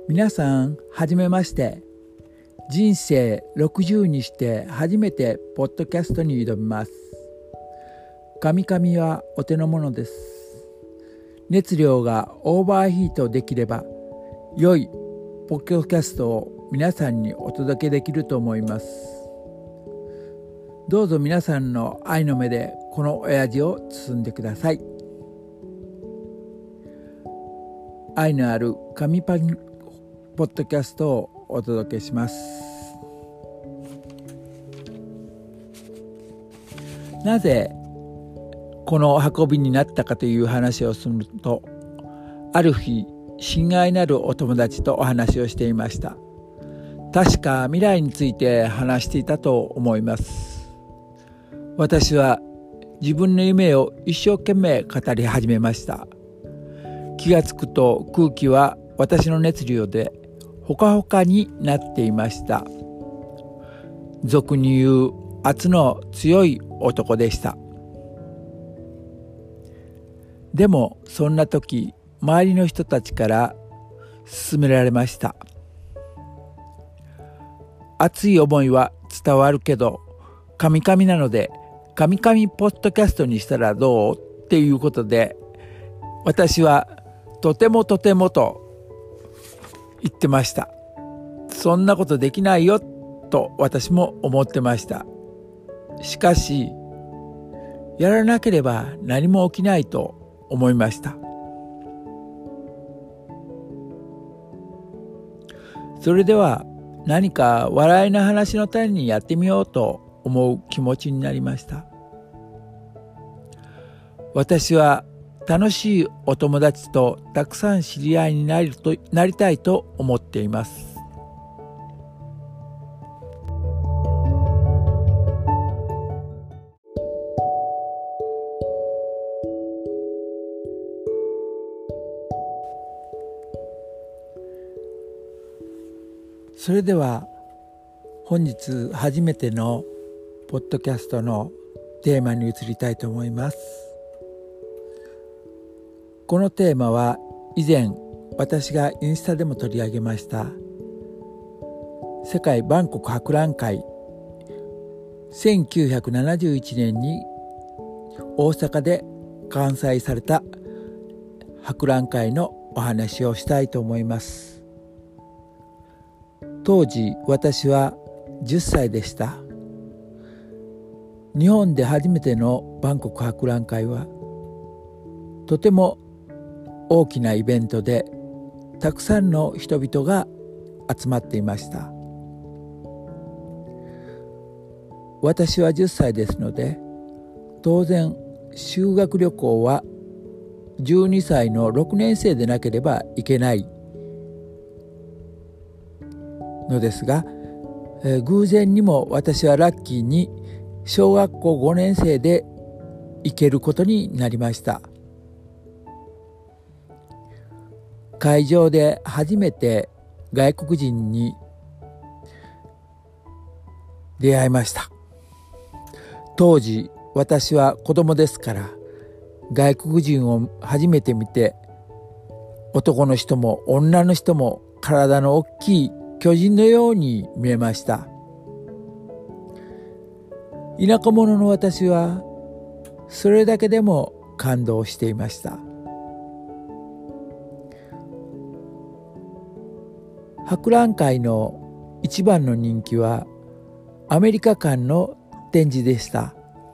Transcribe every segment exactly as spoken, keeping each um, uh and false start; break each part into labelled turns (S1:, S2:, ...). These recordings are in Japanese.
S1: 皆さんはじめまして。人生ろくじゅうにして初めてポッドキャストに挑みます。神々はお手の物です。熱量がオーバーヒートできれば良いポッドキャストを皆さんにお届けできると思います。どうぞ皆さんの愛の目でこの親父を包んでください。愛のある神々ポッドキャストをお届けします。なぜこの運びになったかという話をすると、ある日親愛なるお友達とお話をしていました。確か未来について話していたと思います。私は自分の夢を一生懸命語り始めました。気がつくと空気は私の熱量でほかほかになっていました。俗に言う圧の強い男でした。でもそんな時、周りの人たちから勧められました。熱い思いは伝わるけど、神々なので神々ポッドキャストにしたらどうっていうことで、私はとてもとてもと言ってました。そんなことできないよと私も思ってました。しかしやらなければ何も起きないと思いました。それでは何か笑いの話の種にやってみようと思う気持ちになりました。私は楽しいお友達とたくさん知り合いになるとなりたいと思っています。それでは本日初めてのポッドキャストのテーマに移りたいと思います。このテーマは以前私がインスタでも取り上げました世界万国博覧会、せんきゅうひゃくななじゅういちねんに大阪で開催された博覧会のお話をしたいと思います。当時私はじゅっさいでした。日本で初めての万国博覧会はとても大きなイベントで、たくさんの人々が集まっていました。私はじゅっさいですので、当然修学旅行はじゅうにさいのろくねん生でなければいけないのですが、えー、偶然にも私はラッキーに小学校ごねん生で行けることになりました。会場で初めて外国人に出会いました。当時私は子供ですから、外国人を初めて見て、男の人も女の人も体の大きい巨人のように見えました。田舎者の私はそれだけでも感動していました。博覧会の一番の人気はアメリカ館の展示でした。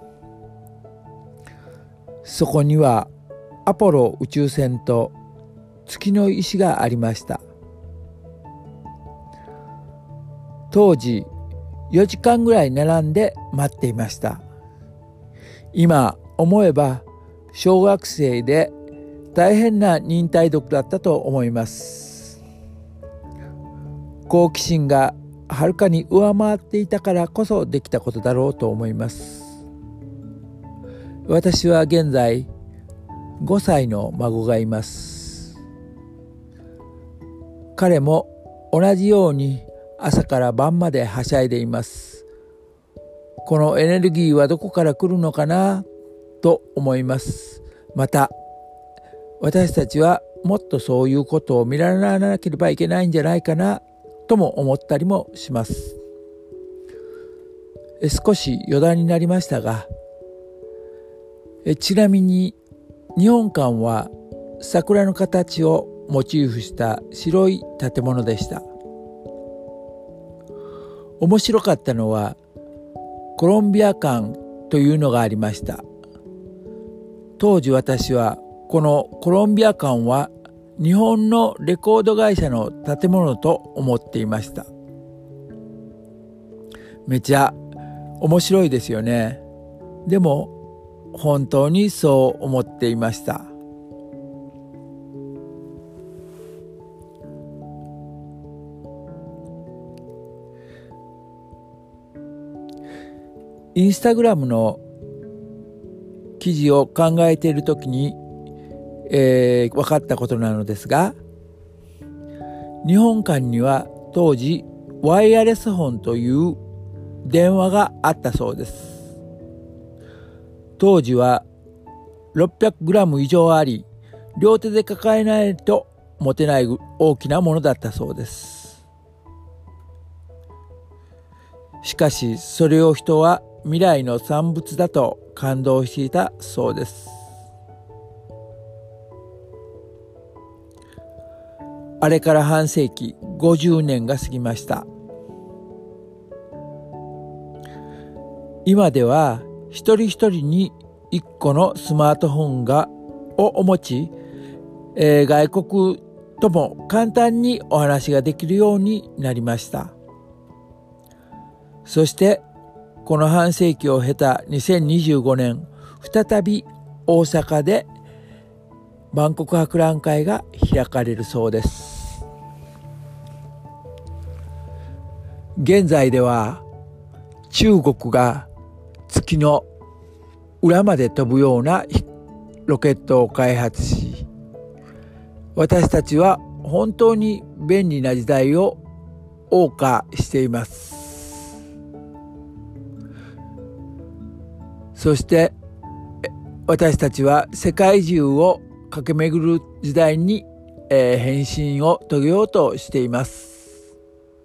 S1: そこにはアポロ宇宙船と月の石がありました。当時よじかんぐらい並んで待っていました。今思えば小学生で大変な忍耐力だったと思います。好奇心がはるかに上回っていたからこそできたことだろうと思います。私は現在ごさいの孫がいます。彼も同じように朝から晩まではしゃいでいます。このエネルギーはどこから来るのかなと思います。また私たちはもっとそういうことを見習わなければいけないんじゃないかなとも思ったりもします。え少し余談になりましたが、えちなみに日本館は桜の形をモチーフした白い建物でした。面白かったのはコロンビア館というのがありました。当時私はこのコロンビア館は日本のレコード会社の建物と思っていました。めちゃ面白いですよね。でも本当にそう思っていました。インスタグラムの記事を考えているときに、えー、分かったことなのですが、日本館には当時ワイヤレスフォンという電話があったそうです。当時は ろっぴゃくグラム 以上あり、両手で抱えないと持てない大きなものだったそうです。しかしそれを人は未来の産物だと感動していたそうです。あれから半世紀ごじゅうねんが過ぎました。今では一人一人に一個のスマートフォンがをお持ち、えー、外国とも簡単にお話ができるようになりました。そしてこの半世紀を経たにせんにじゅうごねん、再び大阪で万国博覧会が開かれるそうです。現在では中国が月の裏まで飛ぶようなロケットを開発し、私たちは本当に便利な時代を謳歌しています。そして私たちは世界中を駆け巡る時代に、えー、変身を遂げようとしています。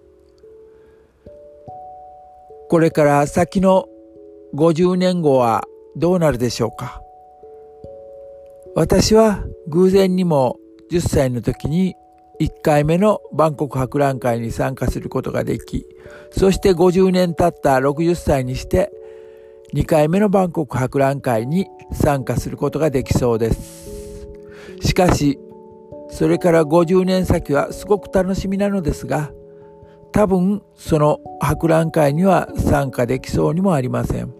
S1: これから先のごじゅうねんごはどうなるでしょうか。私は偶然にもじゅっさいの時にいっかいめの万国博覧会に参加することができ、そしてごじゅうねん経ったろくじゅっさいにしてにかいめの万国博覧会に参加することができそうです。しかしそれからごじゅうねん先はすごく楽しみなのですが、多分その博覧会には参加できそうにもありません。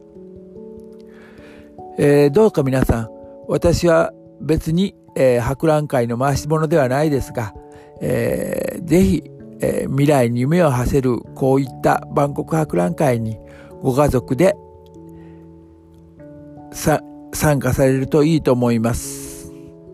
S1: えー、どうか皆さん、私は別に、えー、博覧会の回し者ではないですが、えー、ぜひ、えー、未来に夢を馳せるこういった万国博覧会にご家族でさ参加されるといいと思います。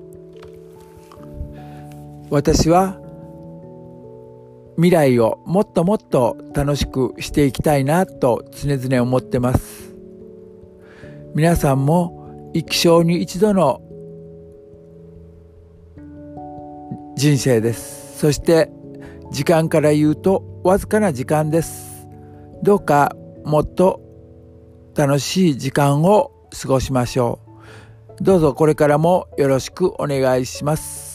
S1: 私は未来をもっともっと楽しくしていきたいなと常々思ってます。皆さんも一生に一度の人生です。そして時間から言うとわずかな時間です。どうかもっと楽しい時間を過ごしましょう。どうぞこれからもよろしくお願いします。